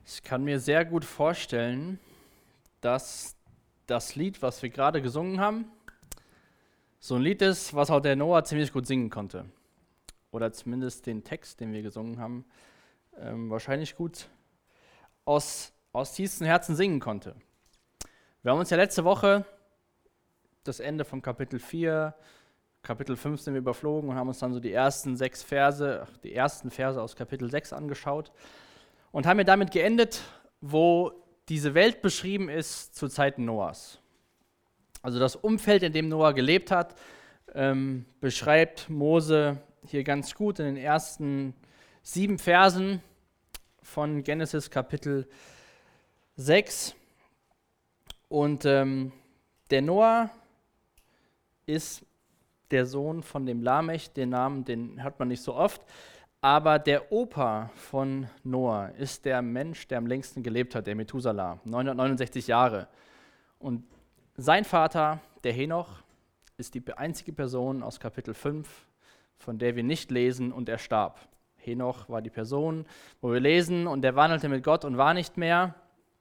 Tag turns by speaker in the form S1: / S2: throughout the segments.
S1: Ich kann mir sehr gut vorstellen, dass das Lied, was wir gerade gesungen haben, so ein Lied ist, was auch der Noah ziemlich gut singen konnte. Oder zumindest den Text, den wir gesungen haben, wahrscheinlich gut aus tiefstem Herzen singen konnte. Wir haben uns ja letzte Woche das Ende von Kapitel 4, Kapitel 5 sind wir überflogen und haben uns dann so die ersten Verse aus Kapitel 6 angeschaut und haben ja damit geendet, wo diese Welt beschrieben ist zu Zeiten Noahs. Also das Umfeld, in dem Noah gelebt hat, beschreibt Mose hier ganz gut in den ersten 7 Versen von Genesis Kapitel 6. Und der Noah ist der Sohn von dem Lamech, den Namen, den hört man nicht so oft, aber der Opa von Noah ist der Mensch, der am längsten gelebt hat, der Methuselah, 969 Jahre. Und sein Vater, der Henoch, ist die einzige Person aus Kapitel 5, von der wir nicht lesen, und er starb. Henoch war die Person, wo wir lesen, und er wandelte mit Gott und war nicht mehr,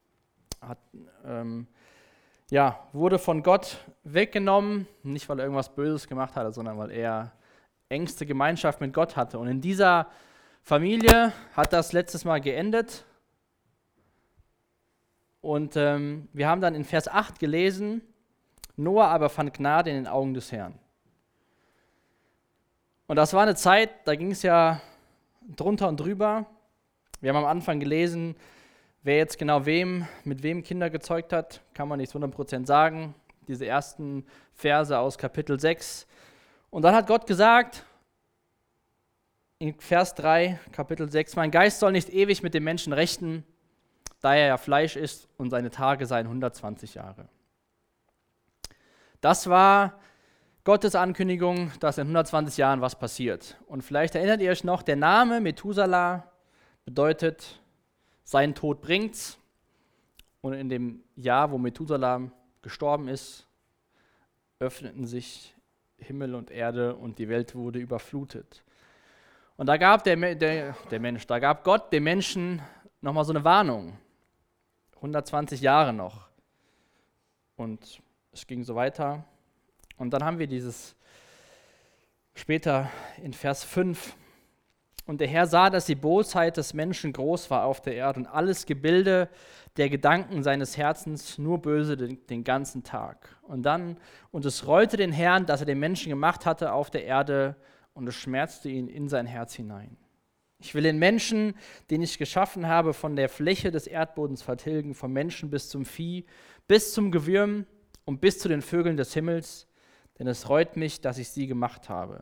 S1: wurde von Gott weggenommen, nicht weil er irgendwas Böses gemacht hatte, sondern weil er engste Gemeinschaft mit Gott hatte. Und in dieser Familie hat das letztes Mal geendet. Und wir haben dann in Vers 8 gelesen, Noah aber fand Gnade in den Augen des Herrn. Und das war eine Zeit, da ging es ja drunter und drüber. Wir haben am Anfang gelesen, wer jetzt genau mit wem Kinder gezeugt hat, kann man nicht 100% sagen. Diese ersten Verse aus Kapitel 6. Und dann hat Gott gesagt, in Vers 3, Kapitel 6, mein Geist soll nicht ewig mit dem Menschen rechten, da er ja Fleisch ist und seine Tage seien 120 Jahre. Das war Gottes Ankündigung, dass in 120 Jahren was passiert. Und vielleicht erinnert ihr euch noch, der Name Methuselah bedeutet, sein Tod bringt's. Und in dem Jahr, wo Methuselah gestorben ist, öffneten sich Himmel und Erde und die Welt wurde überflutet. Und da gab Gott dem Menschen nochmal so eine Warnung. 120 Jahre noch. Und es ging so weiter. Und dann haben wir dieses später in Vers 5. Und der Herr sah, dass die Bosheit des Menschen groß war auf der Erde und alles Gebilde der Gedanken seines Herzens nur böse den ganzen Tag. Und es reute den Herrn, dass er den Menschen gemacht hatte auf der Erde, und es schmerzte ihn in sein Herz hinein. Ich will den Menschen, den ich geschaffen habe, von der Fläche des Erdbodens vertilgen, vom Menschen bis zum Vieh, bis zum Gewürm und bis zu den Vögeln des Himmels, denn es reut mich, dass ich sie gemacht habe.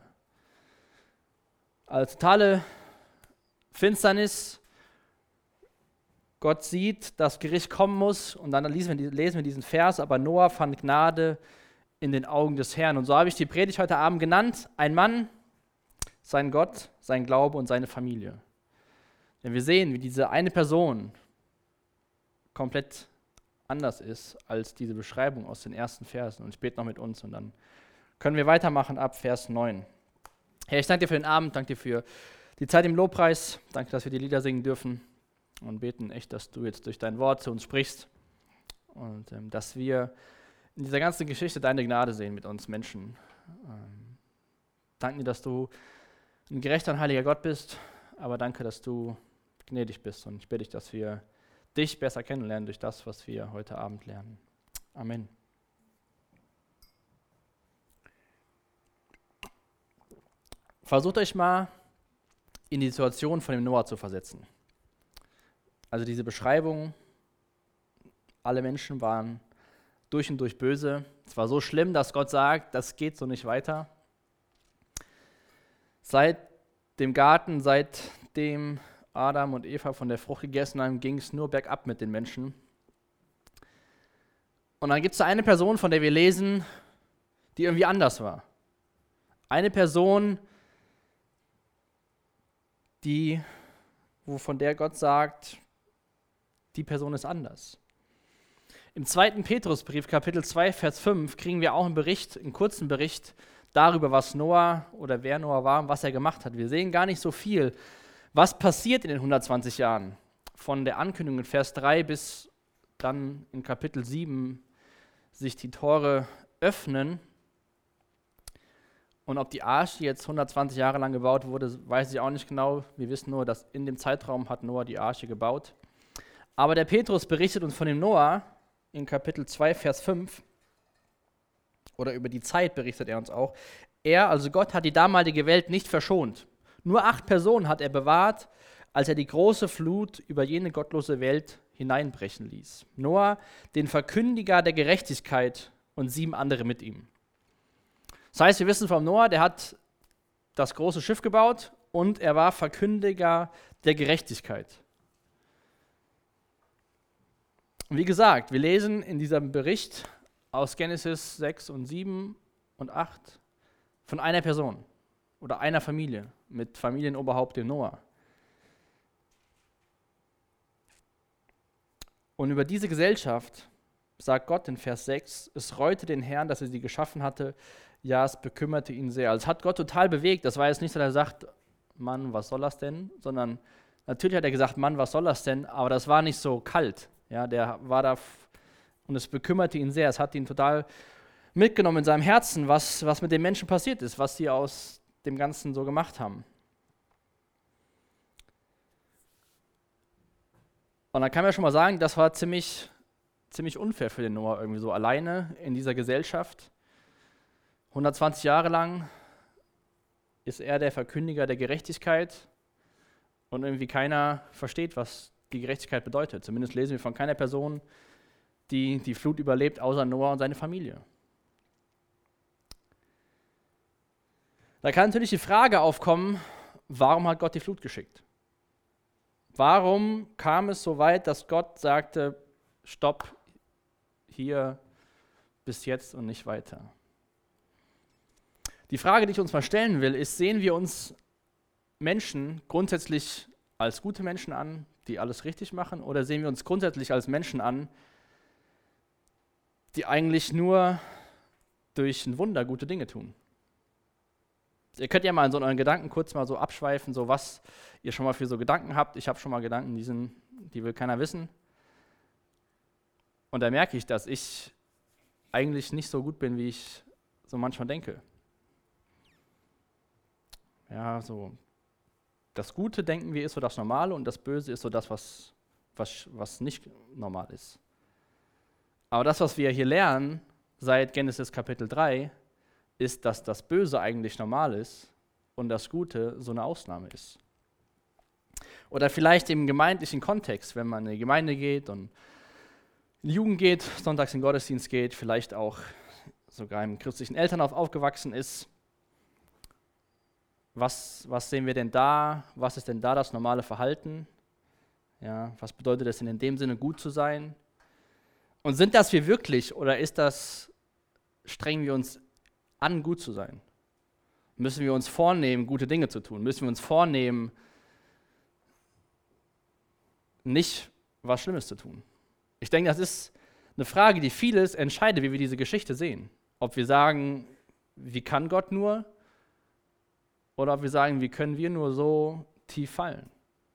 S1: Also totale Finsternis. Gott sieht, dass Gericht kommen muss, und dann lesen wir diesen Vers, aber Noah fand Gnade in den Augen des Herrn. Und so habe ich die Predigt heute Abend genannt, ein Mann, sein Gott, sein Glaube und seine Familie. Denn wir sehen, wie diese eine Person komplett anders ist als diese Beschreibung aus den ersten Versen. Und ich bete noch mit uns und dann können wir weitermachen ab Vers 9. Herr, ich danke dir für den Abend, danke dir für die Zeit im Lobpreis, danke, dass wir die Lieder singen dürfen und beten echt, dass du jetzt durch dein Wort zu uns sprichst und dass wir in dieser ganzen Geschichte deine Gnade sehen mit uns Menschen. Danke dir, dass du ein gerechter und heiliger Gott bist, aber danke, dass du gnädig bist, und ich bitte dich, dass wir dich besser kennenlernen durch das, was wir heute Abend lernen. Amen. Versucht euch mal in die Situation von dem Noah zu versetzen. Also diese Beschreibung, alle Menschen waren durch und durch böse. Es war so schlimm, dass Gott sagt, das geht so nicht weiter. Seit dem Garten, seitdem Adam und Eva von der Frucht gegessen haben, ging es nur bergab mit den Menschen. Und dann gibt es da eine Person, von der wir lesen, die irgendwie anders war. Eine Person, von der Gott sagt, die Person ist anders. Im 2. Petrusbrief, Kapitel 2, Vers 5, kriegen wir auch einen kurzen Bericht darüber, was Noah oder wer Noah war und was er gemacht hat. Wir sehen gar nicht so viel, was passiert in den 120 Jahren von der Ankündigung in Vers 3 bis dann in Kapitel 7 sich die Tore öffnen. Und ob die Arche jetzt 120 Jahre lang gebaut wurde, weiß ich auch nicht genau. Wir wissen nur, dass in dem Zeitraum hat Noah die Arche gebaut. Aber der Petrus berichtet uns von dem Noah in Kapitel 2, Vers 5. Oder über die Zeit berichtet er uns auch. Er, also Gott, hat die damalige Welt nicht verschont. Nur 8 Personen hat er bewahrt, als er die große Flut über jene gottlose Welt hineinbrechen ließ. Noah, den Verkündiger der Gerechtigkeit, und 7 andere mit ihm. Das heißt, wir wissen vom Noah, der hat das große Schiff gebaut und er war Verkündiger der Gerechtigkeit. Und wie gesagt, wir lesen in diesem Bericht aus Genesis 6 und 7 und 8 von einer Person oder einer Familie mit Familienoberhaupt dem Noah. Und über diese Gesellschaft sagt Gott in Vers 6, es reute den Herrn, dass er sie geschaffen hatte, ja, es bekümmerte ihn sehr. Also es hat Gott total bewegt. Das war jetzt nicht so, dass er sagt, Mann, was soll das denn? Sondern natürlich hat er gesagt, Mann, was soll das denn? Aber das war nicht so kalt. Ja, der war da und es bekümmerte ihn sehr. Es hat ihn total mitgenommen in seinem Herzen, was mit den Menschen passiert ist, was sie aus dem Ganzen so gemacht haben. Und dann kann man ja schon mal sagen, das war ziemlich unfair für den Noah irgendwie so alleine in dieser Gesellschaft. 120 Jahre lang ist er der Verkündiger der Gerechtigkeit und irgendwie keiner versteht, was die Gerechtigkeit bedeutet. Zumindest lesen wir von keiner Person, die die Flut überlebt, außer Noah und seine Familie. Da kann natürlich die Frage aufkommen, warum hat Gott die Flut geschickt? Warum kam es so weit, dass Gott sagte, stopp, hier bis jetzt und nicht weiter? Die Frage, die ich uns mal stellen will, ist, sehen wir uns Menschen grundsätzlich als gute Menschen an, die alles richtig machen, oder sehen wir uns grundsätzlich als Menschen an, die eigentlich nur durch ein Wunder gute Dinge tun? Ihr könnt ja mal in so euren Gedanken kurz mal so abschweifen, so was ihr schon mal für so Gedanken habt. Ich habe schon mal Gedanken, die will keiner wissen. Und da merke ich, dass ich eigentlich nicht so gut bin, wie ich so manchmal denke. Ja, so das Gute, denken wir, ist so das Normale und das Böse ist so das, was nicht normal ist. Aber das, was wir hier lernen, seit Genesis Kapitel 3, ist, dass das Böse eigentlich normal ist und das Gute so eine Ausnahme ist. Oder vielleicht im gemeindlichen Kontext, wenn man in die Gemeinde geht und in die Jugend geht, sonntags in den Gottesdienst geht, vielleicht auch sogar im christlichen Elternhaus aufgewachsen ist. Was sehen wir denn da? Was ist denn da das normale Verhalten? Ja, was bedeutet es denn in dem Sinne, gut zu sein? Und sind das wir wirklich oder strengen wir uns an, gut zu sein? Müssen wir uns vornehmen, gute Dinge zu tun? Müssen wir uns vornehmen, nicht was Schlimmes zu tun? Ich denke, das ist eine Frage, die vieles entscheidet, wie wir diese Geschichte sehen. Ob wir sagen, wie kann Gott nur? Oder ob wir sagen, wie können wir nur so tief fallen?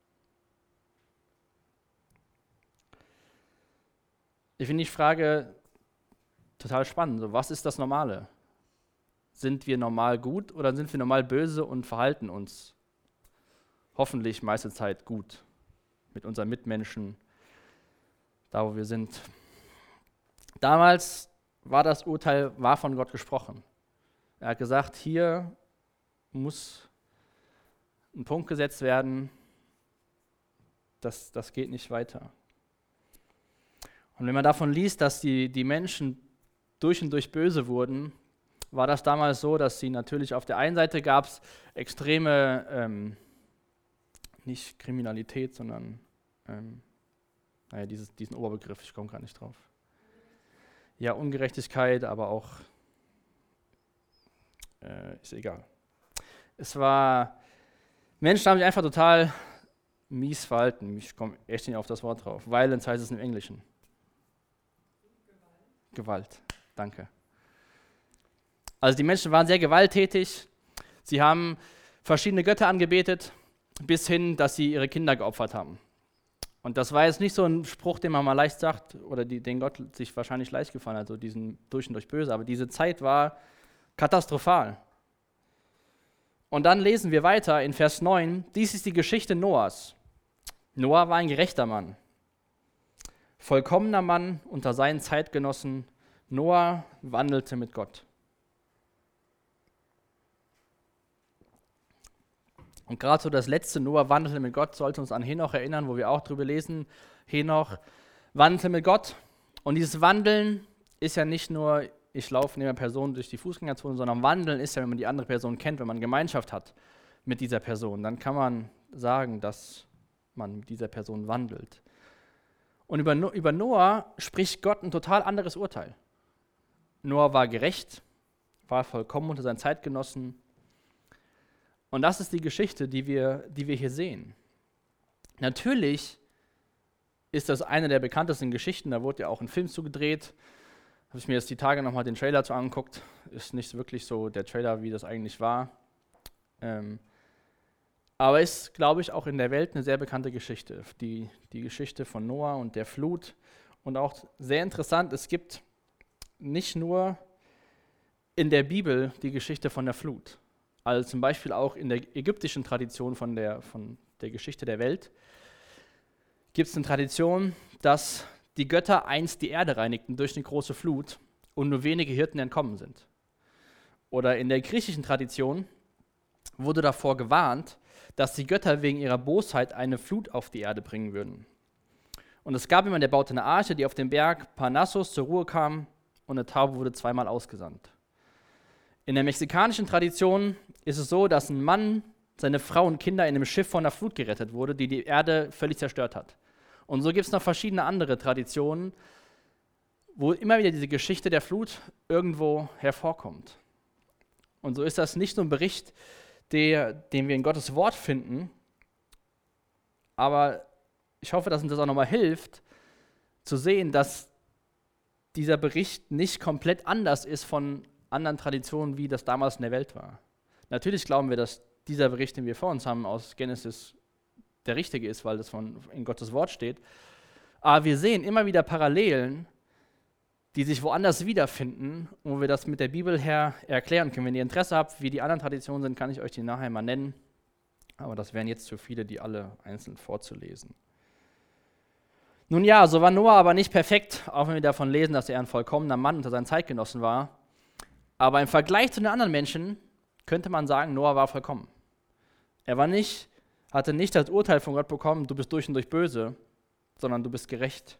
S1: Ich finde die Frage total spannend. So, was ist das Normale? Sind wir normal gut oder sind wir normal böse und verhalten uns hoffentlich meiste Zeit gut mit unseren Mitmenschen, da wo wir sind? Damals war das Urteil, war von Gott gesprochen. Er hat gesagt, hier muss ein Punkt gesetzt werden, das geht nicht weiter. Und wenn man davon liest, dass die Menschen durch und durch böse wurden, war das damals so, dass sie natürlich auf der einen Seite gab es extreme, nicht Kriminalität, sondern diesen Oberbegriff, ich komme gerade nicht drauf. Ja, Ungerechtigkeit, aber auch, ist egal. Menschen haben sich einfach total mies verhalten. Ich komme echt nicht auf das Wort drauf. Violence heißt es im Englischen. Gewalt, danke. Also die Menschen waren sehr gewalttätig. Sie haben verschiedene Götter angebetet, bis hin, dass sie ihre Kinder geopfert haben. Und das war jetzt nicht so ein Spruch, den man mal leicht sagt oder den Gott sich wahrscheinlich leicht gefallen hat, so diesen durch und durch böse. Aber diese Zeit war katastrophal. Und dann lesen wir weiter in Vers 9, dies ist die Geschichte Noahs. Noah war ein gerechter Mann, vollkommener Mann unter seinen Zeitgenossen. Noah wandelte mit Gott. Und gerade so das letzte, Noah wandelte mit Gott, sollte uns an Henoch erinnern, wo wir auch drüber lesen. Henoch wandelte mit Gott. Und dieses Wandeln ist ja nicht nur, ich laufe neben einer Person durch die Fußgängerzone, sondern Wandeln ist ja, wenn man die andere Person kennt, wenn man Gemeinschaft hat mit dieser Person. Dann kann man sagen, dass man mit dieser Person wandelt. Und über Noah spricht Gott ein total anderes Urteil. Noah war gerecht, war vollkommen unter seinen Zeitgenossen. Und das ist die Geschichte, die wir hier sehen. Natürlich ist das eine der bekanntesten Geschichten, da wurde ja auch ein Film zugedreht. Habe ich mir jetzt die Tage nochmal den Trailer zu angeguckt. Ist nicht wirklich so der Trailer, wie das eigentlich war. Aber ist, glaube ich, auch in der Welt eine sehr bekannte Geschichte. Die Geschichte von Noah und der Flut. Und auch sehr interessant, es gibt nicht nur in der Bibel die Geschichte von der Flut. Also zum Beispiel auch in der ägyptischen Tradition von der Geschichte der Welt gibt es eine Tradition, dass die Götter einst die Erde reinigten durch eine große Flut und nur wenige Hirten entkommen sind. Oder in der griechischen Tradition wurde davor gewarnt, dass die Götter wegen ihrer Bosheit eine Flut auf die Erde bringen würden. Und es gab jemanden, der baute eine Arche, die auf dem Berg Parnassus zur Ruhe kam und eine Taube wurde zweimal ausgesandt. In der mexikanischen Tradition ist es so, dass ein Mann, seine Frau und Kinder in einem Schiff von der Flut gerettet wurde, die die Erde völlig zerstört hat. Und so gibt es noch verschiedene andere Traditionen, wo immer wieder diese Geschichte der Flut irgendwo hervorkommt. Und so ist das nicht nur ein Bericht, den wir in Gottes Wort finden, aber ich hoffe, dass uns das auch nochmal hilft, zu sehen, dass dieser Bericht nicht komplett anders ist von anderen Traditionen, wie das damals in der Welt war. Natürlich glauben wir, dass dieser Bericht, den wir vor uns haben aus Genesis, der richtige ist, weil das in Gottes Wort steht. Aber wir sehen immer wieder Parallelen, die sich woanders wiederfinden, wo wir das mit der Bibel her erklären können. Wenn ihr Interesse habt, wie die anderen Traditionen sind, kann ich euch die nachher mal nennen. Aber das wären jetzt zu viele, die alle einzeln vorzulesen. Nun ja, so war Noah aber nicht perfekt, auch wenn wir davon lesen, dass er ein vollkommener Mann unter seinen Zeitgenossen war. Aber im Vergleich zu den anderen Menschen könnte man sagen, Noah war vollkommen. Er hatte nicht das Urteil von Gott bekommen, du bist durch und durch böse, sondern du bist gerecht.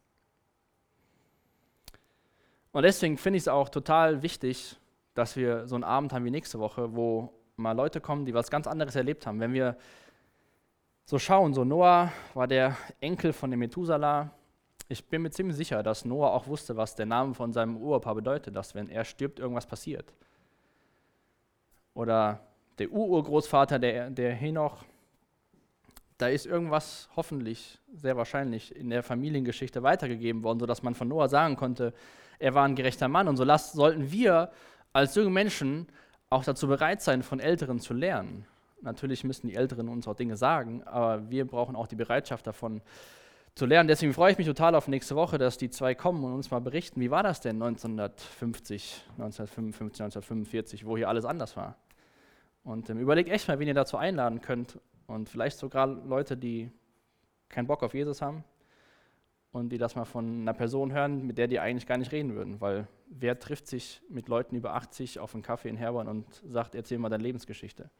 S1: Und deswegen finde ich es auch total wichtig, dass wir so einen Abend haben wie nächste Woche, wo mal Leute kommen, die was ganz anderes erlebt haben. Wenn wir so schauen, so Noah war der Enkel von dem Methuselah. Ich bin mir ziemlich sicher, dass Noah auch wusste, was der Name von seinem Uropa bedeutet, dass wenn er stirbt, irgendwas passiert. Oder der Urgroßvater, der Henoch, da ist irgendwas hoffentlich, sehr wahrscheinlich, in der Familiengeschichte weitergegeben worden, sodass man von Noah sagen konnte, er war ein gerechter Mann. Und so sollten wir als junge Menschen auch dazu bereit sein, von Älteren zu lernen. Natürlich müssen die Älteren uns auch Dinge sagen, aber wir brauchen auch die Bereitschaft davon zu lernen. Deswegen freue ich mich total auf nächste Woche, dass die zwei kommen und uns mal berichten, wie war das denn 1950, 1955, 1945, wo hier alles anders war. Und überlegt echt mal, wen ihr dazu einladen könnt und vielleicht sogar Leute, die keinen Bock auf Jesus haben und die das mal von einer Person hören, mit der die eigentlich gar nicht reden würden, weil wer trifft sich mit Leuten über 80 auf einen Kaffee in Herborn und sagt, erzähl mal deine Lebensgeschichte.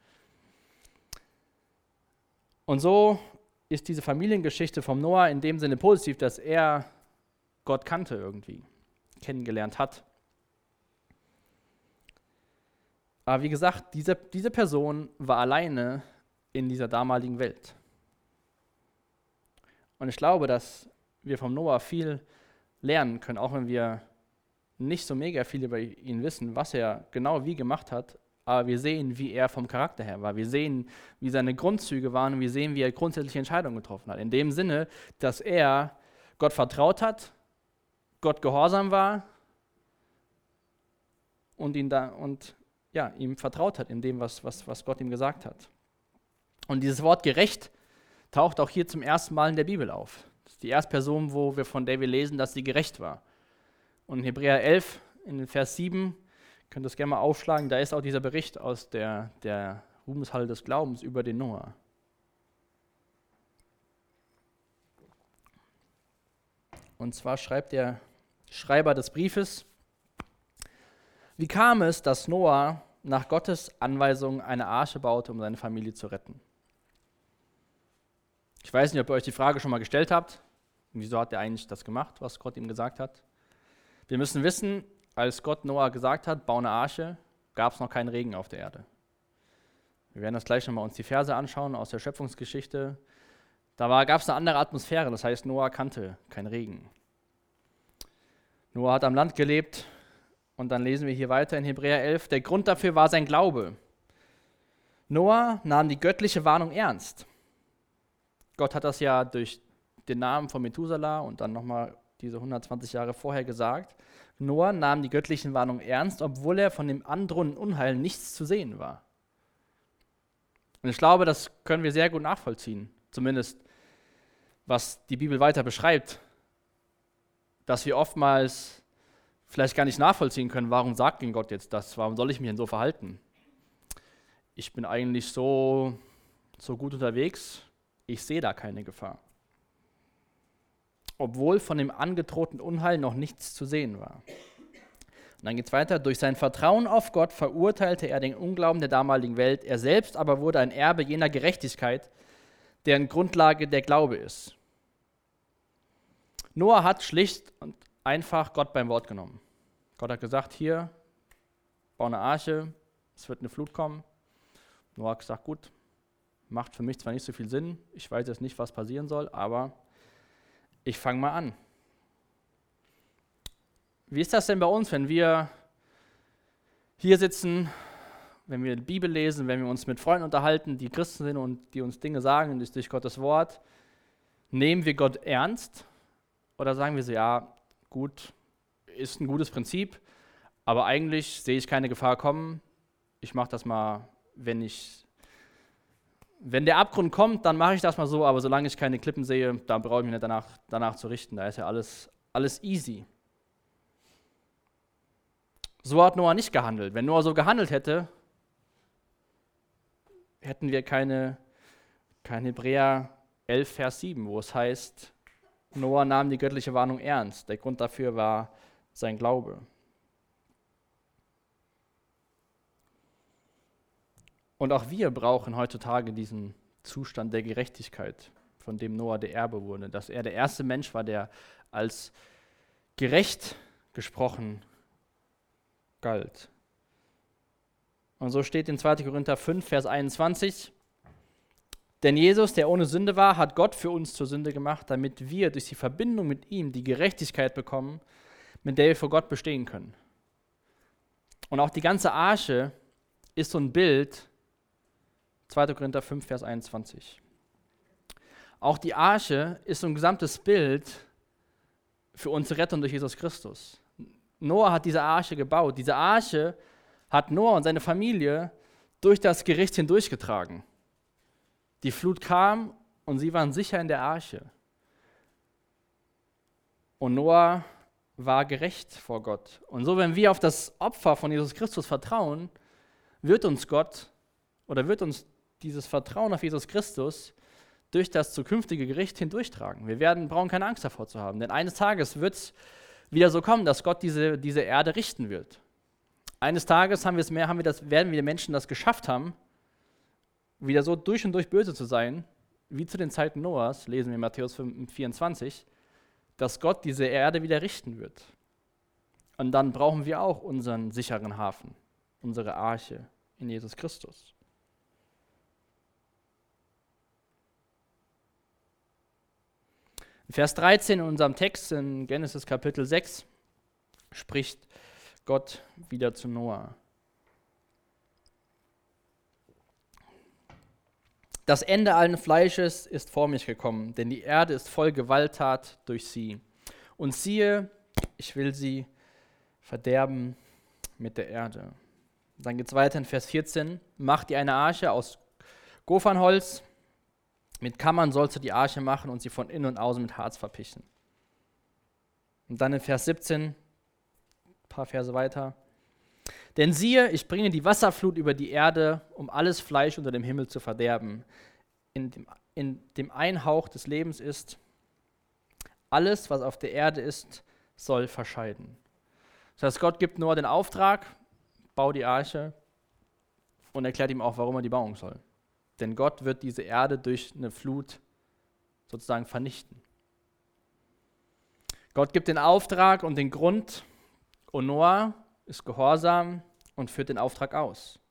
S1: Und so ist diese Familiengeschichte vom Noah in dem Sinne positiv, dass er Gott kannte irgendwie, kennengelernt hat. Aber wie gesagt, diese Person war alleine in dieser damaligen Welt. Und ich glaube, dass wir vom Noah viel lernen können, auch wenn wir nicht so mega viel über ihn wissen, was er genau wie gemacht hat, aber wir sehen, wie er vom Charakter her war. Wir sehen, wie seine Grundzüge waren und wir sehen, wie er grundsätzliche Entscheidungen getroffen hat. In dem Sinne, dass er Gott vertraut hat, Gott gehorsam war und ihm vertraut hat in dem, was Gott ihm gesagt hat. Und dieses Wort gerecht, taucht auch hier zum ersten Mal in der Bibel auf. Das ist die erste Person, von der wir lesen, dass sie gerecht war. Und in Hebräer 11, in Vers 7, könnt ihr das gerne mal aufschlagen, da ist auch dieser Bericht aus der Ruhmeshalle des Glaubens über den Noah. Und zwar schreibt der Schreiber des Briefes: Wie kam es, dass Noah nach Gottes Anweisung eine Arche baute, um seine Familie zu retten? Ich weiß nicht, ob ihr euch die Frage schon mal gestellt habt. Wieso hat er eigentlich das gemacht, was Gott ihm gesagt hat? Wir müssen wissen, als Gott Noah gesagt hat, bau eine Arche, gab es noch keinen Regen auf der Erde. Wir werden das gleich nochmal uns die Verse anschauen aus der Schöpfungsgeschichte. Da gab es eine andere Atmosphäre, das heißt, Noah kannte keinen Regen. Noah hat am Land gelebt und dann lesen wir hier weiter in Hebräer 11, der Grund dafür war sein Glaube. Noah nahm die göttliche Warnung ernst. Gott hat das ja durch den Namen von Methuselah und dann nochmal diese 120 Jahre vorher gesagt. Noah nahm die göttlichen Warnungen ernst, obwohl er von dem androhenden Unheil nichts zu sehen war. Und ich glaube, das können wir sehr gut nachvollziehen, zumindest was die Bibel weiter beschreibt, dass wir oftmals vielleicht gar nicht nachvollziehen können, warum sagt denn Gott jetzt das, warum soll ich mich denn so verhalten? Ich bin eigentlich so gut unterwegs, ich sehe da keine Gefahr. Obwohl von dem angedrohten Unheil noch nichts zu sehen war. Und dann geht es weiter. Durch sein Vertrauen auf Gott verurteilte er den Unglauben der damaligen Welt. Er selbst aber wurde ein Erbe jener Gerechtigkeit, deren Grundlage der Glaube ist. Noah hat schlicht und einfach Gott beim Wort genommen. Gott hat gesagt, hier, bau eine Arche, es wird eine Flut kommen. Noah hat gesagt, gut, macht für mich zwar nicht so viel Sinn, ich weiß jetzt nicht, was passieren soll, aber ich fange mal an. Wie ist das denn bei uns, wenn wir hier sitzen, wenn wir die Bibel lesen, wenn wir uns mit Freunden unterhalten, die Christen sind und die uns Dinge sagen durch Gottes Wort? Nehmen wir Gott ernst oder sagen wir so, ja, gut, ist ein gutes Prinzip, aber eigentlich sehe ich keine Gefahr kommen. Ich mache das mal, wenn der Abgrund kommt, dann mache ich das mal so, aber solange ich keine Klippen sehe, da brauche ich mich nicht danach zu richten. Da ist ja alles easy. So hat Noah nicht gehandelt. Wenn Noah so gehandelt hätte, hätten wir kein Hebräer 11, Vers 7, wo es heißt, Noah nahm die göttliche Warnung ernst. Der Grund dafür war sein Glaube. Und auch wir brauchen heutzutage diesen Zustand der Gerechtigkeit, von dem Noah der Erbe wurde, dass er der erste Mensch war, der als gerecht gesprochen galt. Und so steht in 2. Korinther 5, Vers 21, denn Jesus, der ohne Sünde war, hat Gott für uns zur Sünde gemacht, damit wir durch die Verbindung mit ihm die Gerechtigkeit bekommen, mit der wir vor Gott bestehen können. Und auch die ganze Arche ist so ein Bild, 2. Korinther 5, Vers 21. Auch die Arche ist so ein gesamtes Bild für unsere Rettung durch Jesus Christus. Noah hat diese Arche gebaut. Diese Arche hat Noah und seine Familie durch das Gericht hindurchgetragen. Die Flut kam und sie waren sicher in der Arche. Und Noah war gerecht vor Gott. Und so, wenn wir auf das Opfer von Jesus Christus vertrauen, wird uns dieses Vertrauen auf Jesus Christus durch das zukünftige Gericht hindurchtragen. Wir brauchen keine Angst davor zu haben, denn eines Tages wird es wieder so kommen, dass Gott diese Erde richten wird. Eines Tages werden wir Menschen das geschafft haben, wieder so durch und durch böse zu sein, wie zu den Zeiten Noahs, lesen wir in Matthäus 24, dass Gott diese Erde wieder richten wird. Und dann brauchen wir auch unseren sicheren Hafen, unsere Arche in Jesus Christus. In Vers 13 in unserem Text in Genesis Kapitel 6 spricht Gott wieder zu Noah. Das Ende allen Fleisches ist vor mich gekommen, denn die Erde ist voll Gewalttat durch sie. Und siehe, ich will sie verderben mit der Erde. Dann geht es weiter in Vers 14. Macht ihr eine Arche aus Gophanholz. Mit Kammern sollst du die Arche machen und sie von innen und außen mit Harz verpichten. Und dann in Vers 17, ein paar Verse weiter. Denn siehe, ich bringe die Wasserflut über die Erde, um alles Fleisch unter dem Himmel zu verderben. In dem Einhauch des Lebens ist, alles, was auf der Erde ist, soll verscheiden. Das heißt, Gott gibt Noah den Auftrag, bau die Arche, und erklärt ihm auch, warum er die bauen soll. Denn Gott wird diese Erde durch eine Flut sozusagen vernichten. Gott gibt den Auftrag und den Grund, und Noah ist gehorsam und führt den Auftrag aus.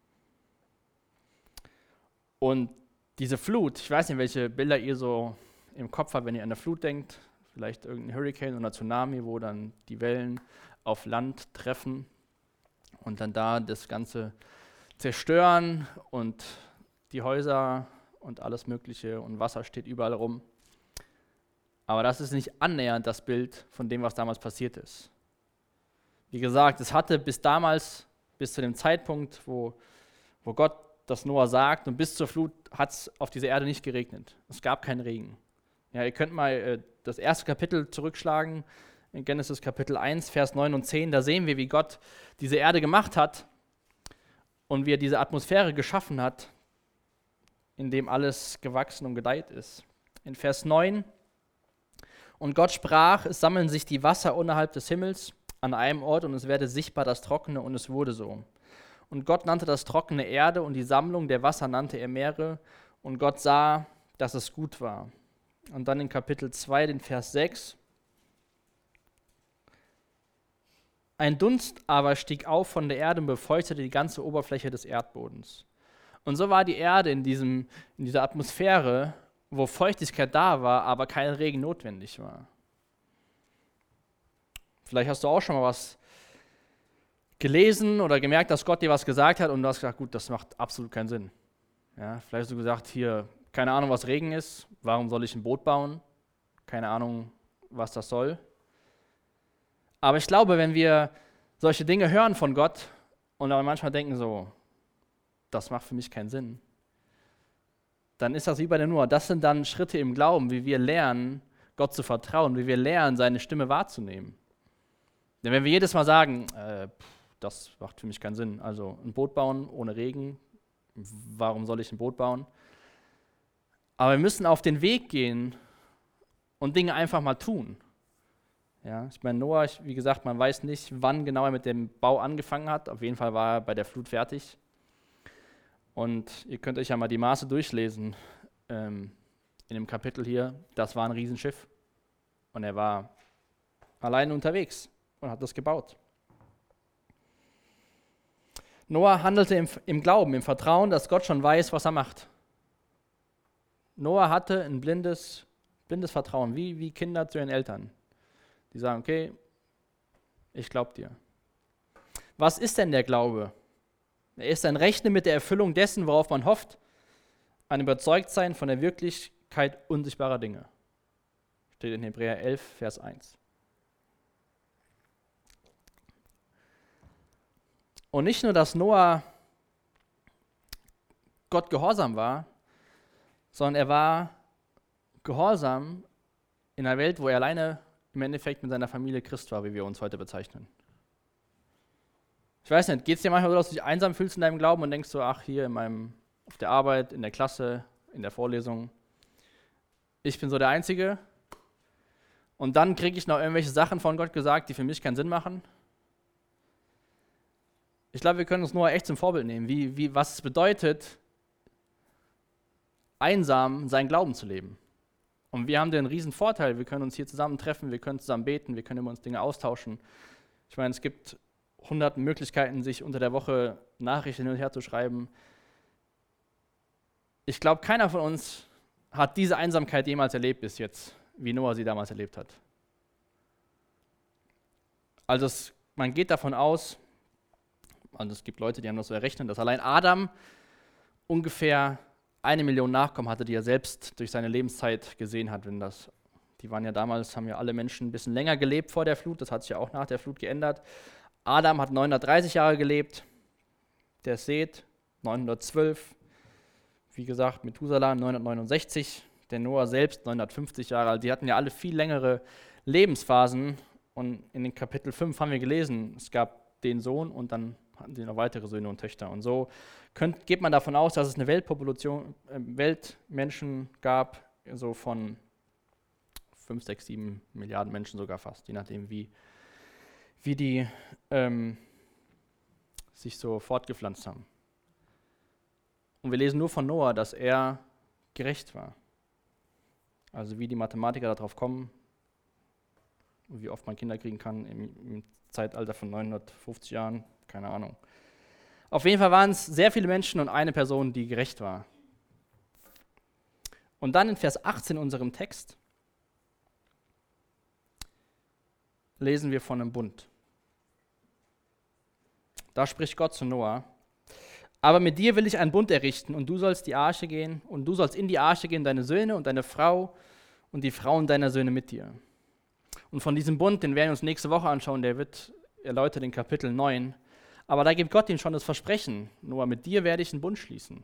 S1: Und diese Flut, ich weiß nicht, welche Bilder ihr so im Kopf habt, wenn ihr an eine Flut denkt, vielleicht irgendein Hurricane oder Tsunami, wo dann die Wellen auf Land treffen und dann da das Ganze zerstören und die Häuser und alles Mögliche und Wasser steht überall rum. Aber das ist nicht annähernd das Bild von dem, was damals passiert ist. Wie gesagt, es hatte bis zu dem Zeitpunkt, wo Gott das Noah sagt, und bis zur Flut hat es auf dieser Erde nicht geregnet. Es gab keinen Regen. Ja, ihr könnt mal das erste Kapitel zurückschlagen, in Genesis Kapitel 1, Vers 9 und 10. Da sehen wir, wie Gott diese Erde gemacht hat und wie er diese Atmosphäre geschaffen hat, in dem alles gewachsen und gedeiht ist. In Vers 9: Und Gott sprach, es sammeln sich die Wasser unterhalb des Himmels an einem Ort und es werde sichtbar das Trockene, und es wurde so. Und Gott nannte das Trockene Erde und die Sammlung der Wasser nannte er Meere, und Gott sah, dass es gut war. Und dann in Kapitel 2, den Vers 6: Ein Dunst aber stieg auf von der Erde und befeuchtete die ganze Oberfläche des Erdbodens. Und so war die Erde in dieser Atmosphäre, wo Feuchtigkeit da war, aber kein Regen notwendig war. Vielleicht hast du auch schon mal was gelesen oder gemerkt, dass Gott dir was gesagt hat und du hast gesagt, gut, das macht absolut keinen Sinn. Ja, vielleicht hast du gesagt, hier, keine Ahnung, was Regen ist, warum soll ich ein Boot bauen? Keine Ahnung, was das soll. Aber ich glaube, wenn wir solche Dinge hören von Gott und dann manchmal denken so, das macht für mich keinen Sinn, dann ist das wie bei der Noah. Das sind dann Schritte im Glauben, wie wir lernen, Gott zu vertrauen, wie wir lernen, seine Stimme wahrzunehmen. Denn wenn wir jedes Mal sagen, das macht für mich keinen Sinn, also ein Boot bauen ohne Regen, warum soll ich ein Boot bauen? Aber wir müssen auf den Weg gehen und Dinge einfach mal tun. Ja, ich meine, Noah, wie gesagt, man weiß nicht, wann genau er mit dem Bau angefangen hat. Auf jeden Fall war er bei der Flut fertig. Und ihr könnt euch ja mal die Maße durchlesen in dem Kapitel hier. Das war ein Riesenschiff. Und er war alleine unterwegs und hat das gebaut. Noah handelte im Glauben, im Vertrauen, dass Gott schon weiß, was er macht. Noah hatte ein blindes Vertrauen, wie Kinder zu ihren Eltern. Die sagen, okay, ich glaube dir. Was ist denn der Glaube? Er ist ein Rechnen mit der Erfüllung dessen, worauf man hofft, ein Überzeugtsein von der Wirklichkeit unsichtbarer Dinge. Steht in Hebräer 11, Vers 1. Und nicht nur, dass Noah Gott gehorsam war, sondern er war gehorsam in einer Welt, wo er alleine im Endeffekt mit seiner Familie Christ war, wie wir uns heute bezeichnen. Ich weiß nicht, geht es dir manchmal so, dass du dich einsam fühlst in deinem Glauben und denkst so, ach, hier auf der Arbeit, in der Klasse, in der Vorlesung, ich bin so der Einzige und dann kriege ich noch irgendwelche Sachen von Gott gesagt, die für mich keinen Sinn machen. Ich glaube, wir können uns Noah echt zum Vorbild nehmen, was es bedeutet, einsam seinen Glauben zu leben. Und wir haben den riesen Vorteil, wir können uns hier zusammen treffen, wir können zusammen beten, wir können über uns Dinge austauschen. Ich meine, es gibt 100 Möglichkeiten, sich unter der Woche Nachrichten hin und her zu schreiben. Ich glaube, keiner von uns hat diese Einsamkeit jemals erlebt bis jetzt, wie Noah sie damals erlebt hat. Also man geht davon aus, also es gibt Leute, die haben das so errechnet, dass allein Adam ungefähr 1 Million Nachkommen hatte, die er selbst durch seine Lebenszeit gesehen hat. Die waren ja damals, haben ja alle Menschen ein bisschen länger gelebt vor der Flut, das hat sich ja auch nach der Flut geändert. Adam hat 930 Jahre gelebt, der Seth 912. wie gesagt, Methuselah 969, der Noah selbst 950 Jahre alt. Die hatten ja alle viel längere Lebensphasen. Und in den Kapitel 5 haben wir gelesen, es gab den Sohn und dann hatten sie noch weitere Söhne und Töchter. Und so geht man davon aus, dass es eine Weltpopulation, Weltmenschen gab, so von 5, 6, 7 Milliarden Menschen sogar fast, je nachdem, wie die sich so fortgepflanzt haben. Und wir lesen nur von Noah, dass er gerecht war. Also wie die Mathematiker darauf kommen, wie oft man Kinder kriegen kann im Zeitalter von 950 Jahren, keine Ahnung. Auf jeden Fall waren es sehr viele Menschen und eine Person, die gerecht war. Und dann in Vers 18 in unserem Text lesen wir von einem Bund. Da spricht Gott zu Noah: Aber mit dir will ich einen Bund errichten, und du sollst in die Arche gehen, deine Söhne und deine Frau und die Frauen deiner Söhne mit dir. Und von diesem Bund, den werden wir uns nächste Woche anschauen, der wird erläutert in Kapitel 9. Aber da gibt Gott ihm schon das Versprechen: Noah, mit dir werde ich einen Bund schließen.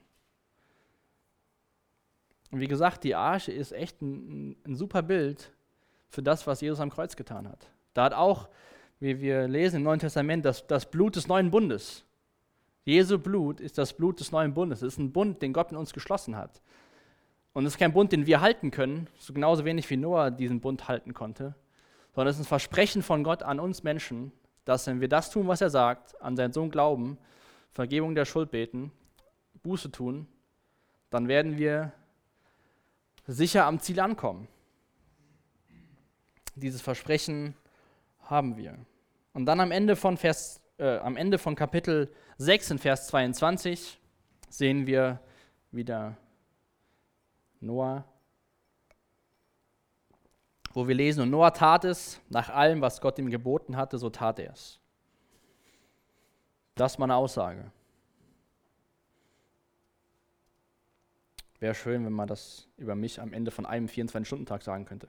S1: Und wie gesagt, die Arche ist echt ein super Bild für das, was Jesus am Kreuz getan hat. Da hat auch, wie wir lesen im Neuen Testament, das Blut des neuen Bundes. Jesu Blut ist das Blut des neuen Bundes. Es ist ein Bund, den Gott mit uns geschlossen hat. Und es ist kein Bund, den wir halten können, so genauso wenig wie Noah diesen Bund halten konnte, sondern es ist ein Versprechen von Gott an uns Menschen, dass wenn wir das tun, was er sagt, an seinen Sohn glauben, Vergebung der Schuld beten, Buße tun, dann werden wir sicher am Ziel ankommen. Dieses Versprechen haben wir. Und dann am Ende von Kapitel 6 in Vers 22 sehen wir wieder Noah, wo wir lesen: Und Noah tat es nach allem, was Gott ihm geboten hatte, so tat er es. Das ist meine Aussage. Wäre schön, wenn man das über mich am Ende von einem 24-Stunden-Tag sagen könnte.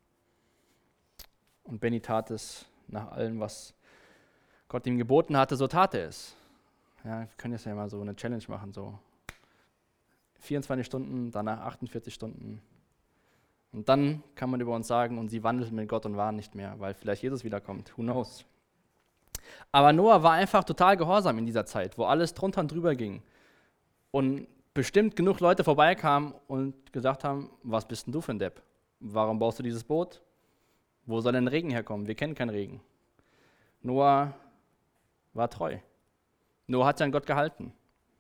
S1: Und Benny tat es nach allem, was Gott ihm geboten hatte, so tat er es. Ja, wir können jetzt ja mal so eine Challenge machen, so 24 Stunden, danach 48 Stunden. Und dann kann man über uns sagen, und sie wandelten mit Gott und waren nicht mehr, weil vielleicht Jesus wiederkommt, who knows. Aber Noah war einfach total gehorsam in dieser Zeit, wo alles drunter und drüber ging. Und bestimmt genug Leute vorbeikamen und gesagt haben: Was bist denn du für ein Depp? Warum baust du dieses Boot? Wo soll denn Regen herkommen? Wir kennen keinen Regen. Noah war treu. Noah hat sich an Gott gehalten.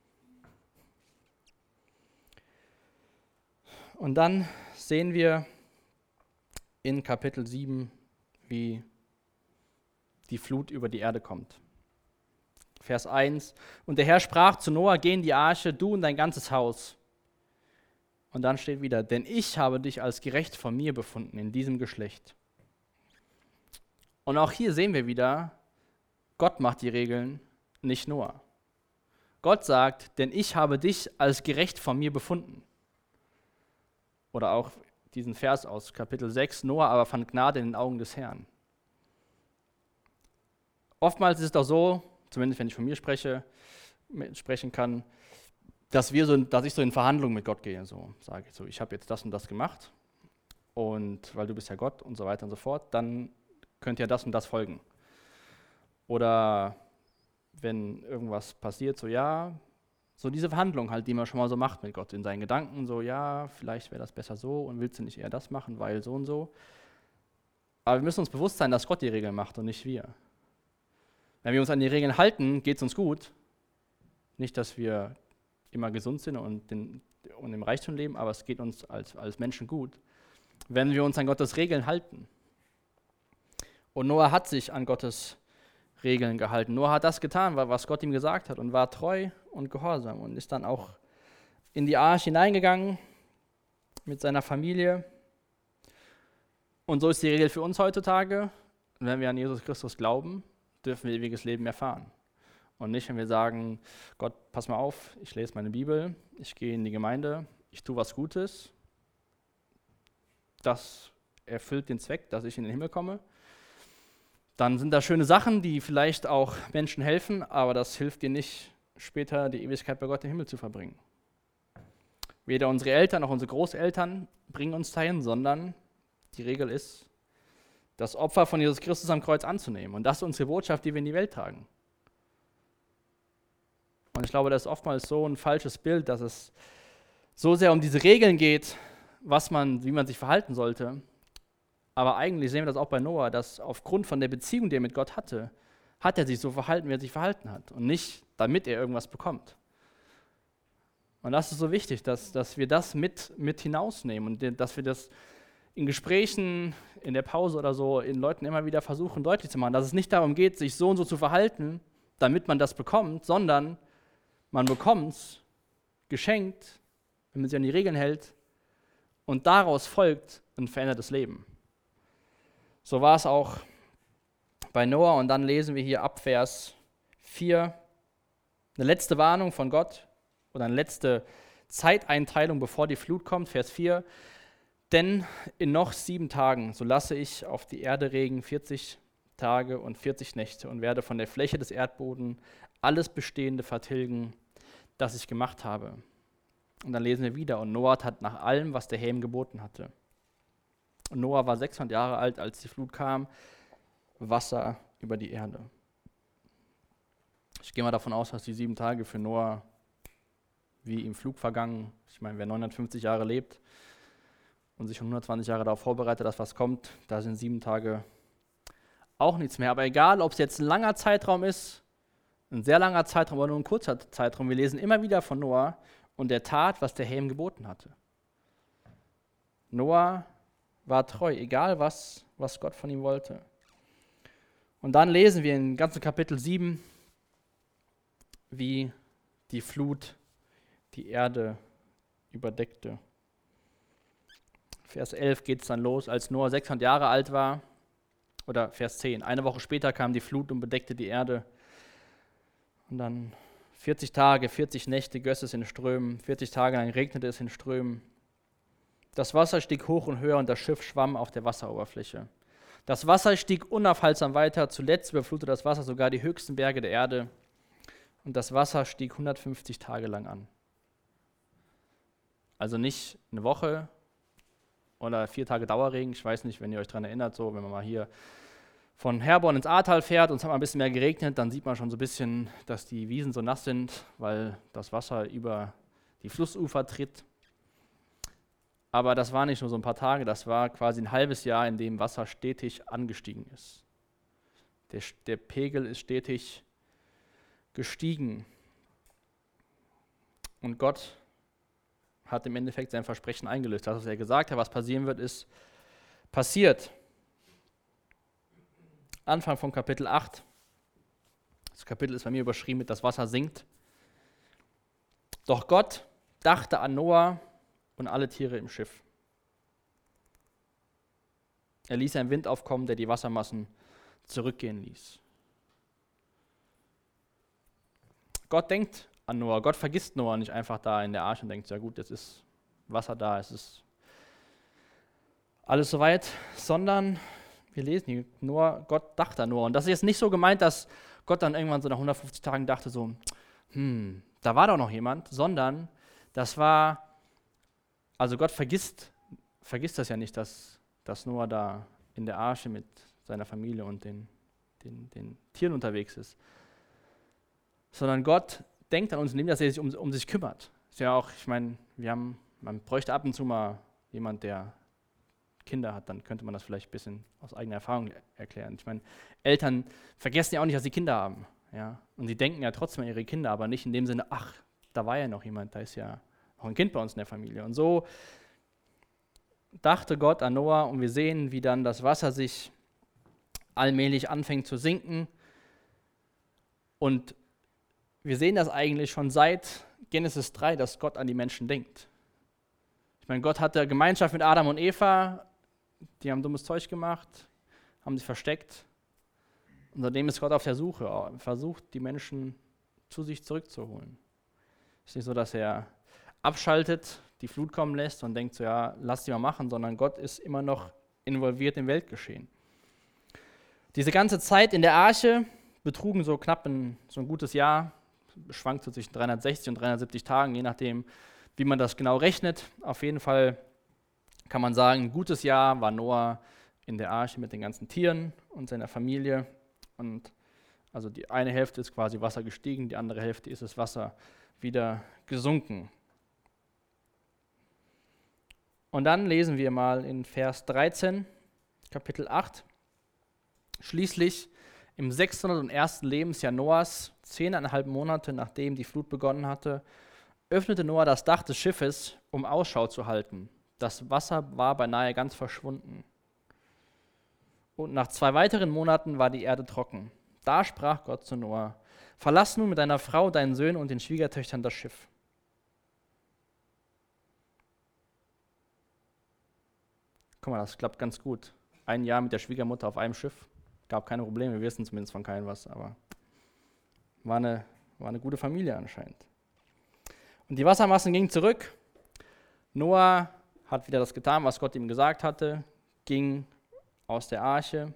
S1: Und dann sehen wir in Kapitel 7, wie die Flut über die Erde kommt. Vers 1: Und der Herr sprach zu Noah: Geh in die Arche, du und dein ganzes Haus. Und dann steht wieder: Denn ich habe dich als gerecht von mir befunden in diesem Geschlecht. Und auch hier sehen wir wieder, Gott macht die Regeln, nicht Noah. Gott sagt: Denn ich habe dich als gerecht von mir befunden. Oder auch diesen Vers aus Kapitel 6: Noah aber fand Gnade in den Augen des Herrn. Oftmals ist es doch so, zumindest wenn ich von mir sprechen kann, dass ich so in Verhandlungen mit Gott gehe. So sage ich so: Ich habe jetzt das und das gemacht, und weil du bist ja Gott und so weiter und so fort, dann könnt ihr das und das folgen. Oder wenn irgendwas passiert, so diese Verhandlung halt, die man schon mal so macht mit Gott in seinen Gedanken, so ja, vielleicht wäre das besser so, und willst du nicht eher das machen, weil so und so. Aber wir müssen uns bewusst sein, dass Gott die Regeln macht und nicht wir. Wenn wir uns an die Regeln halten, geht es uns gut. Nicht, dass wir immer gesund sind und im Reichtum leben, aber es geht uns als Menschen gut, wenn wir uns an Gottes Regeln halten. Und Noah hat sich an Gottes Regeln gehalten. Noah hat das getan, was Gott ihm gesagt hat, und war treu und gehorsam und ist dann auch in die Arche hineingegangen mit seiner Familie. Und so ist die Regel für uns heutzutage: Wenn wir an Jesus Christus glauben, dürfen wir ewiges Leben erfahren. Und nicht, wenn wir sagen: Gott, pass mal auf, ich lese meine Bibel, ich gehe in die Gemeinde, ich tue was Gutes. Das erfüllt den Zweck, dass ich in den Himmel komme. Dann sind da schöne Sachen, die vielleicht auch Menschen helfen, aber das hilft dir nicht, später die Ewigkeit bei Gott im Himmel zu verbringen. Weder unsere Eltern noch unsere Großeltern bringen uns dahin, sondern die Regel ist, das Opfer von Jesus Christus am Kreuz anzunehmen. Und das ist unsere Botschaft, die wir in die Welt tragen. Und ich glaube, das ist oftmals so ein falsches Bild, dass es so sehr um diese Regeln geht, wie man sich verhalten sollte. Aber eigentlich sehen wir das auch bei Noah, dass aufgrund von der Beziehung, die er mit Gott hatte, hat er sich so verhalten, wie er sich verhalten hat. Und nicht, damit er irgendwas bekommt. Und das ist so wichtig, dass wir das mit hinausnehmen und dass wir das in Gesprächen, in der Pause oder so, in Leuten immer wieder versuchen deutlich zu machen, dass es nicht darum geht, sich so und so zu verhalten, damit man das bekommt, sondern man bekommt es geschenkt, wenn man sich an die Regeln hält und daraus folgt ein verändertes Leben. So war es auch bei Noah und dann lesen wir hier ab Vers 4 eine letzte Warnung von Gott oder eine letzte Zeiteinteilung, bevor die Flut kommt, Vers 4. Denn in noch 7 Tagen, so lasse ich auf die Erde regen 40 Tage und 40 Nächte und werde von der Fläche des Erdbodens alles Bestehende vertilgen, das ich gemacht habe. Und dann lesen wir wieder, und Noah tat nach allem, was der Herr ihm geboten hatte. Und Noah war 600 Jahre alt, als die Flut kam, Wasser über die Erde. Ich gehe mal davon aus, dass die 7 Tage für Noah wie im Flug vergangen. Ich meine, wer 950 Jahre lebt und sich schon 120 Jahre darauf vorbereitet, dass was kommt, da sind 7 Tage auch nichts mehr. Aber egal, ob es jetzt ein langer Zeitraum ist, ein sehr langer Zeitraum oder nur ein kurzer Zeitraum, wir lesen immer wieder von Noah und der tat, was der Herr ihm geboten hatte. Noah war treu, egal was Gott von ihm wollte. Und dann lesen wir in ganzen Kapitel 7, wie die Flut die Erde überdeckte. Vers 11 geht es dann los, als Noah 600 Jahre alt war, oder Vers 10. Eine Woche später kam die Flut und bedeckte die Erde. Und dann 40 Tage, 40 Nächte göss es in Strömen, 40 Tage lang regnete es in Strömen. Das Wasser stieg hoch und höher und das Schiff schwamm auf der Wasseroberfläche. Das Wasser stieg unaufhaltsam weiter, zuletzt überflutete das Wasser sogar die höchsten Berge der Erde. Und das Wasser stieg 150 Tage lang an. Also nicht eine Woche oder 4 Tage Dauerregen. Ich weiß nicht, wenn ihr euch daran erinnert, so wenn man mal hier von Herborn ins Ahrtal fährt und es hat mal ein bisschen mehr geregnet, dann sieht man schon so ein bisschen, dass die Wiesen so nass sind, weil das Wasser über die Flussufer tritt. Aber das war nicht nur so ein paar Tage, das war quasi ein halbes Jahr, in dem Wasser stetig angestiegen ist. Der Pegel ist stetig gestiegen. Und Gott hat im Endeffekt sein Versprechen eingelöst. Das, was er gesagt hat, was passieren wird, ist passiert. Anfang von Kapitel 8. Das Kapitel ist bei mir überschrieben mit "Das Wasser sinkt". Doch Gott dachte an Noah und alle Tiere im Schiff. Er ließ einen Wind aufkommen, der die Wassermassen zurückgehen ließ. Gott denkt an Noah. Gott vergisst Noah nicht einfach da in der Arche und denkt, ja gut, jetzt ist Wasser da, es ist alles soweit, sondern wir lesen hier, Gott dachte an Noah. Und das ist jetzt nicht so gemeint, dass Gott dann irgendwann so nach 150 Tagen dachte so, da war doch noch jemand, sondern das war, also Gott vergisst das ja nicht, dass Noah da in der Arche mit seiner Familie und den Tieren unterwegs ist. Sondern Gott denkt an uns, indem er sich um sich kümmert. Ist ja auch, ich meine, man bräuchte ab und zu mal jemand, der Kinder hat, dann könnte man das vielleicht ein bisschen aus eigener Erfahrung erklären. Ich meine, Eltern vergessen ja auch nicht, dass sie Kinder haben. Ja? Und sie denken ja trotzdem an ihre Kinder, aber nicht in dem Sinne, ach, da war ja noch jemand, da ist ja noch ein Kind bei uns in der Familie. Und so dachte Gott an Noah und wir sehen, wie dann das Wasser sich allmählich anfängt zu sinken. Und wir sehen das eigentlich schon seit Genesis 3, dass Gott an die Menschen denkt. Ich meine, Gott hatte Gemeinschaft mit Adam und Eva, die haben dummes Zeug gemacht, haben sich versteckt. Und seitdem ist Gott auf der Suche, versucht, die Menschen zu sich zurückzuholen. Es ist nicht so, dass er abschaltet, die Flut kommen lässt und denkt so, ja, lass die mal machen, sondern Gott ist immer noch involviert im Weltgeschehen. Diese ganze Zeit in der Arche betrugen so knapp so ein gutes Jahr, schwankt so zwischen 360 und 370 Tagen, je nachdem, wie man das genau rechnet. Auf jeden Fall kann man sagen, ein gutes Jahr war Noah in der Arche mit den ganzen Tieren und seiner Familie. Und also die eine Hälfte ist quasi Wasser gestiegen, die andere Hälfte ist das Wasser wieder gesunken. Und dann lesen wir mal in Vers 13, Kapitel 8. Schließlich im 601. Lebensjahr Noahs, 10,5 Monate nachdem die Flut begonnen hatte, öffnete Noah das Dach des Schiffes, um Ausschau zu halten. Das Wasser war beinahe ganz verschwunden. Und nach 2 weiteren Monaten war die Erde trocken. Da sprach Gott zu Noah: Verlass nun mit deiner Frau, deinen Söhnen und den Schwiegertöchtern das Schiff. Guck mal, das klappt ganz gut. Ein Jahr mit der Schwiegermutter auf einem Schiff. Gab keine Probleme, wir wissen zumindest von keinem was, aber war eine gute Familie anscheinend. Und die Wassermassen gingen zurück. Noah hat wieder das getan, was Gott ihm gesagt hatte, ging aus der Arche.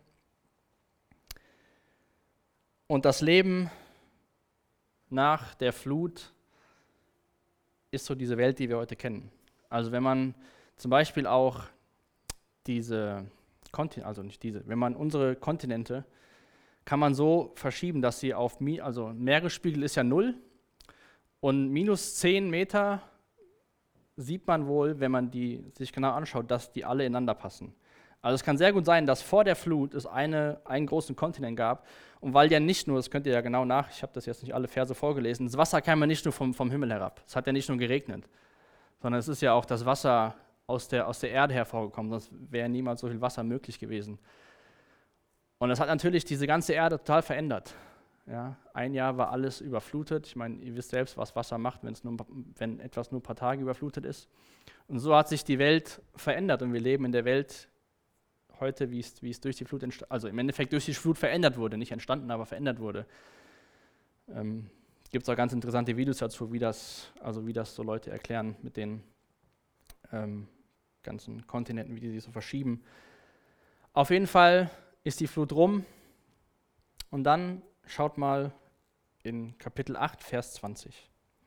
S1: Und das Leben nach der Flut ist so diese Welt, die wir heute kennen. Also wenn man zum Beispiel auch wenn man unsere Kontinente, kann man so verschieben, dass sie also Meeresspiegel ist ja 0 und minus 10 Meter sieht man wohl, wenn man die sich genau anschaut, dass die alle ineinander passen. Also es kann sehr gut sein, dass vor der Flut es einen großen Kontinent gab und weil ja nicht nur, das könnt ihr ja genau ich habe das jetzt nicht alle Verse vorgelesen, das Wasser kam ja nicht nur vom Himmel herab, es hat ja nicht nur geregnet, sondern es ist ja auch das Wasser aus der Erde hervorgekommen, sonst wäre niemals so viel Wasser möglich gewesen. Und das hat natürlich diese ganze Erde total verändert. Ja, ein Jahr war alles überflutet. Ich meine, ihr wisst selbst, was Wasser macht, wenn etwas nur ein paar Tage überflutet ist. Und so hat sich die Welt verändert und wir leben in der Welt heute, wie es durch die Flut also im Endeffekt durch die Flut verändert wurde, nicht entstanden, aber verändert wurde. Gibt es auch ganz interessante Videos dazu, wie das so Leute erklären mit den ganzen Kontinenten, wie die sich so verschieben. Auf jeden Fall ist die Flut rum und dann schaut mal in Kapitel 8, Vers 20.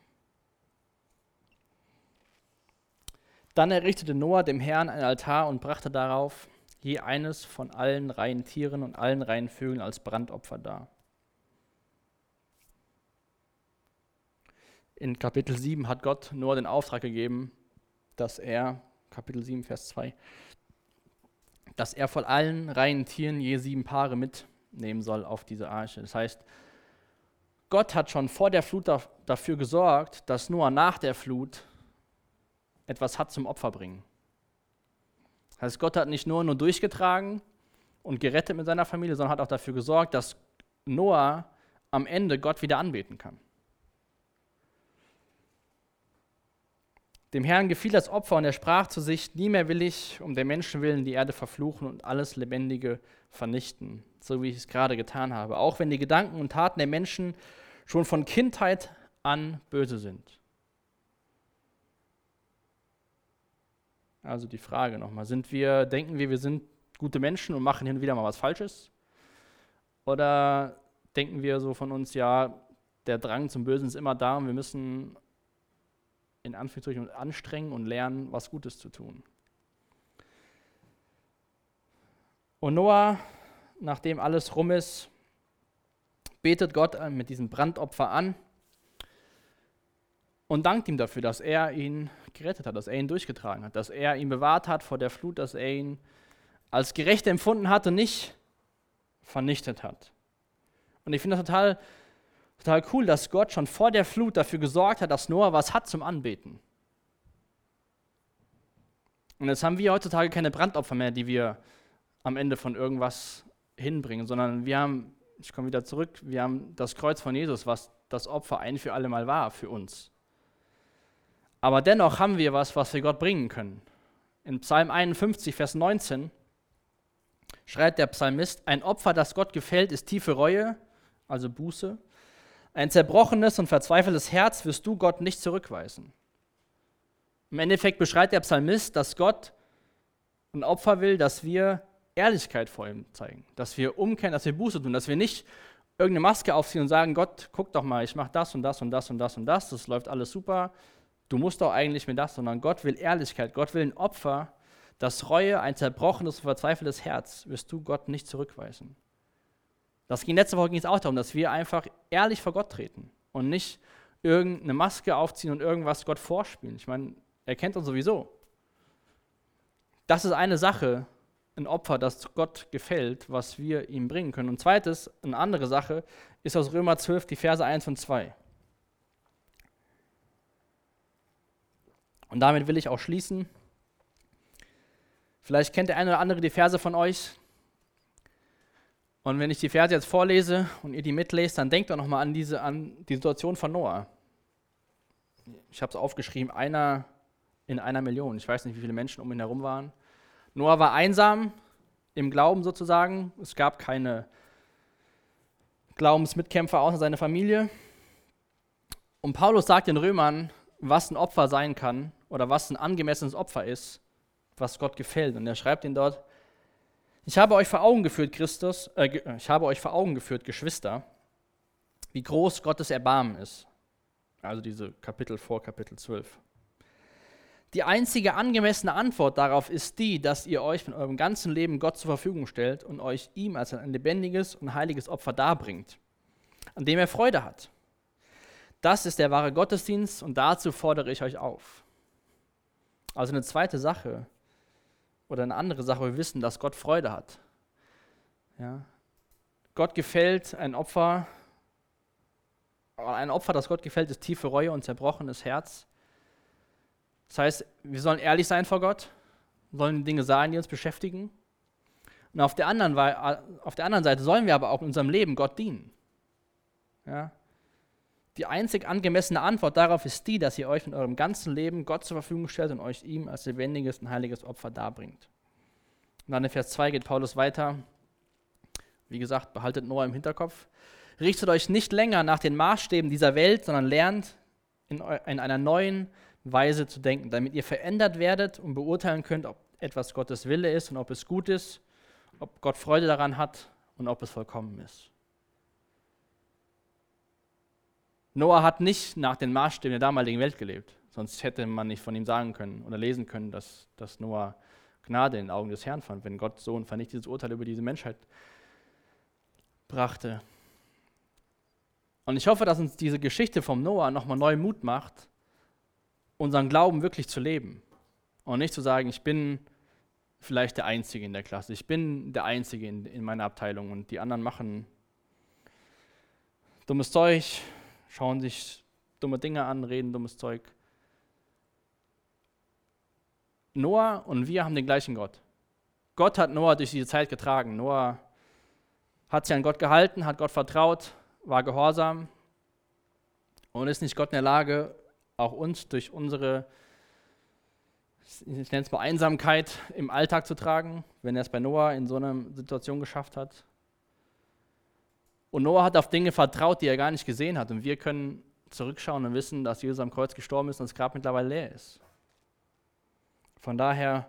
S1: Dann errichtete Noah dem Herrn ein Altar und brachte darauf je eines von allen reinen Tieren und allen reinen Vögeln als Brandopfer dar. In Kapitel 7 hat Gott Noah den Auftrag gegeben, dass er, Kapitel 7, Vers 2, dass er von allen reinen Tieren je 7 Paare mitnehmen soll auf diese Arche. Das heißt, Gott hat schon vor der Flut dafür gesorgt, dass Noah nach der Flut etwas hat zum Opfer bringen. Das heißt, Gott hat nicht nur durchgetragen und gerettet mit seiner Familie, sondern hat auch dafür gesorgt, dass Noah am Ende Gott wieder anbeten kann. Dem Herrn gefiel das Opfer und er sprach zu sich: Nie mehr will ich um der Menschen willen die Erde verfluchen und alles Lebendige vernichten, so wie ich es gerade getan habe, auch wenn die Gedanken und Taten der Menschen schon von Kindheit an böse sind. Also die Frage nochmal, denken wir sind gute Menschen und machen hin und wieder mal was Falsches? Oder denken wir so von uns, ja, der Drang zum Bösen ist immer da und wir müssen in Anführungsstrichen anstrengen und lernen, was Gutes zu tun. Und Noah, nachdem alles rum ist, betet Gott mit diesem Brandopfer an und dankt ihm dafür, dass er ihn gerettet hat, dass er ihn durchgetragen hat, dass er ihn bewahrt hat vor der Flut, dass er ihn als gerecht empfunden hat und nicht vernichtet hat. Und ich finde das total cool, dass Gott schon vor der Flut dafür gesorgt hat, dass Noah was hat zum Anbeten. Und jetzt haben wir heutzutage keine Brandopfer mehr, die wir am Ende von irgendwas hinbringen, sondern ich komme wieder zurück, wir haben das Kreuz von Jesus, was das Opfer ein für alle Mal war für uns. Aber dennoch haben wir was wir Gott bringen können. In Psalm 51, Vers 19 schreibt der Psalmist: Ein Opfer, das Gott gefällt, ist tiefe Reue, also Buße. Ein zerbrochenes und verzweifeltes Herz wirst du Gott nicht zurückweisen. Im Endeffekt beschreibt der Psalmist, dass Gott ein Opfer will, dass wir Ehrlichkeit vor ihm zeigen, dass wir umkehren, dass wir Buße tun, dass wir nicht irgendeine Maske aufziehen und sagen: Gott, guck doch mal, ich mache das und das und das und das und das, das läuft alles super, du musst doch eigentlich mir das, sondern Gott will Ehrlichkeit, Gott will ein Opfer, das Reue, ein zerbrochenes, verzweifeltes Herz, wirst du Gott nicht zurückweisen. Letzte Woche ging es auch darum, dass wir einfach ehrlich vor Gott treten und nicht irgendeine Maske aufziehen und irgendwas Gott vorspielen. Ich meine, er kennt uns sowieso. Das ist eine Sache, ein Opfer, das Gott gefällt, was wir ihm bringen können. Und zweites, eine andere Sache, ist aus Römer 12, die Verse 1 und 2. Und damit will ich auch schließen. Vielleicht kennt der eine oder andere die Verse von euch. Und wenn ich die Verse jetzt vorlese und ihr die mitlest, dann denkt doch nochmal an die Situation von Noah. Ich habe es aufgeschrieben, einer in 1 Million. Ich weiß nicht, wie viele Menschen um ihn herum waren. Noah war einsam im Glauben sozusagen. Es gab keine Glaubensmitkämpfer außer seine Familie. Und Paulus sagt den Römern, was ein Opfer sein kann oder was ein angemessenes Opfer ist, was Gott gefällt. Und er schreibt ihn dort: Ich habe euch vor Augen geführt, Geschwister, wie groß Gottes Erbarmen ist. Also diese Kapitel vor Kapitel 12. Die einzige angemessene Antwort darauf ist die, dass ihr euch mit eurem ganzen Leben Gott zur Verfügung stellt und euch ihm als ein lebendiges und heiliges Opfer darbringt, an dem er Freude hat. Das ist der wahre Gottesdienst und dazu fordere ich euch auf. Also eine zweite Sache oder eine andere Sache, wo wir wissen, dass Gott Freude hat. Ja. Gott gefällt ein Opfer, das Gott gefällt, ist tiefe Reue und zerbrochenes Herz. Das heißt, wir sollen ehrlich sein vor Gott, sollen Dinge sagen, die uns beschäftigen. Und auf der anderen Seite sollen wir aber auch in unserem Leben Gott dienen. Ja? Die einzig angemessene Antwort darauf ist die, dass ihr euch mit eurem ganzen Leben Gott zur Verfügung stellt und euch ihm als lebendiges und heiliges Opfer darbringt. Und dann in Vers 2 geht Paulus weiter. Wie gesagt, behaltet Noah im Hinterkopf. Richtet euch nicht länger nach den Maßstäben dieser Welt, sondern lernt in einer neuen Weise zu denken, damit ihr verändert werdet und beurteilen könnt, ob etwas Gottes Wille ist und ob es gut ist, ob Gott Freude daran hat und ob es vollkommen ist. Noah hat nicht nach den Maßstäben der damaligen Welt gelebt, sonst hätte man nicht von ihm sagen können oder lesen können, dass Noah Gnade in den Augen des Herrn fand, wenn Gott so ein vernichtendes Urteil über diese Menschheit brachte. Und ich hoffe, dass uns diese Geschichte vom Noah nochmal neu Mut macht, unseren Glauben wirklich zu leben. Und nicht zu sagen, ich bin vielleicht der Einzige in der Klasse, ich bin der Einzige in meiner Abteilung und die anderen machen dummes Zeug, schauen sich dumme Dinge an, reden dummes Zeug. Noah und wir haben den gleichen Gott. Gott hat Noah durch diese Zeit getragen. Noah hat sich an Gott gehalten, hat Gott vertraut, war gehorsam und ist nicht Gott in der Lage, auch uns durch unsere, ich nenne es mal Einsamkeit im Alltag zu tragen, wenn er es bei Noah in so einer Situation geschafft hat. Und Noah hat auf Dinge vertraut, die er gar nicht gesehen hat. Und wir können zurückschauen und wissen, dass Jesus am Kreuz gestorben ist und das Grab mittlerweile leer ist. Von daher,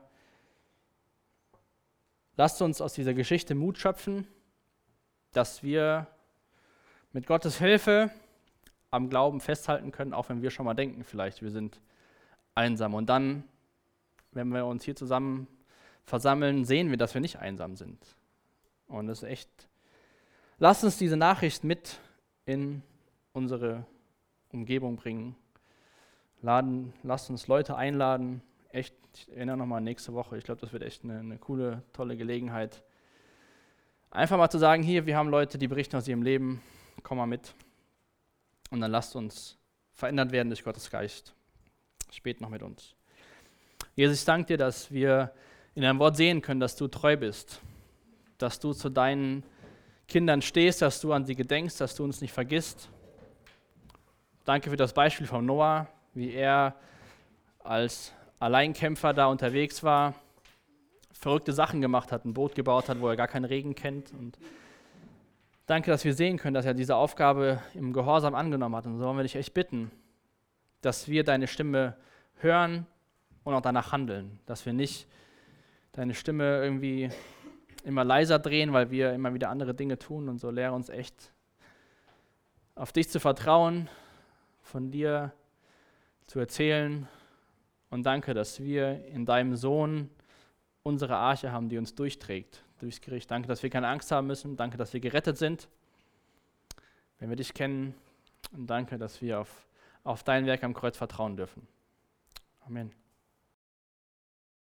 S1: lasst uns aus dieser Geschichte Mut schöpfen, dass wir mit Gottes Hilfe am Glauben festhalten können, auch wenn wir schon mal denken, vielleicht wir sind einsam. Und dann, wenn wir uns hier zusammen versammeln, sehen wir, dass wir nicht einsam sind. Und das ist echt, lasst uns diese Nachricht mit in unsere Umgebung bringen. Lasst uns Leute einladen. Echt, ich erinnere nochmal an nächste Woche. Ich glaube, das wird echt eine coole, tolle Gelegenheit. Einfach mal zu sagen, hier, wir haben Leute, die berichten aus ihrem Leben. Komm mal mit. Und dann lasst uns verändert werden durch Gottes Geist. Spät noch mit uns. Jesus, ich danke dir, dass wir in deinem Wort sehen können, dass du treu bist. Dass du zu deinen Kindern stehst, dass du an sie gedenkst, dass du uns nicht vergisst. Danke für das Beispiel von Noah, wie er als Alleinkämpfer da unterwegs war, verrückte Sachen gemacht hat, ein Boot gebaut hat, wo er gar keinen Regen kennt. Und danke, dass wir sehen können, dass er diese Aufgabe im Gehorsam angenommen hat. Und so wollen wir dich echt bitten, dass wir deine Stimme hören und auch danach handeln. Dass wir nicht deine Stimme irgendwie immer leiser drehen, weil wir immer wieder andere Dinge tun. Und so lehre uns echt, auf dich zu vertrauen, von dir zu erzählen. Und danke, dass wir in deinem Sohn unsere Arche haben, die uns durchträgt, durchs Gericht. Danke, dass wir keine Angst haben müssen. Danke, dass wir gerettet sind, wenn wir dich kennen. Und danke, dass wir auf dein Werk am Kreuz vertrauen dürfen. Amen.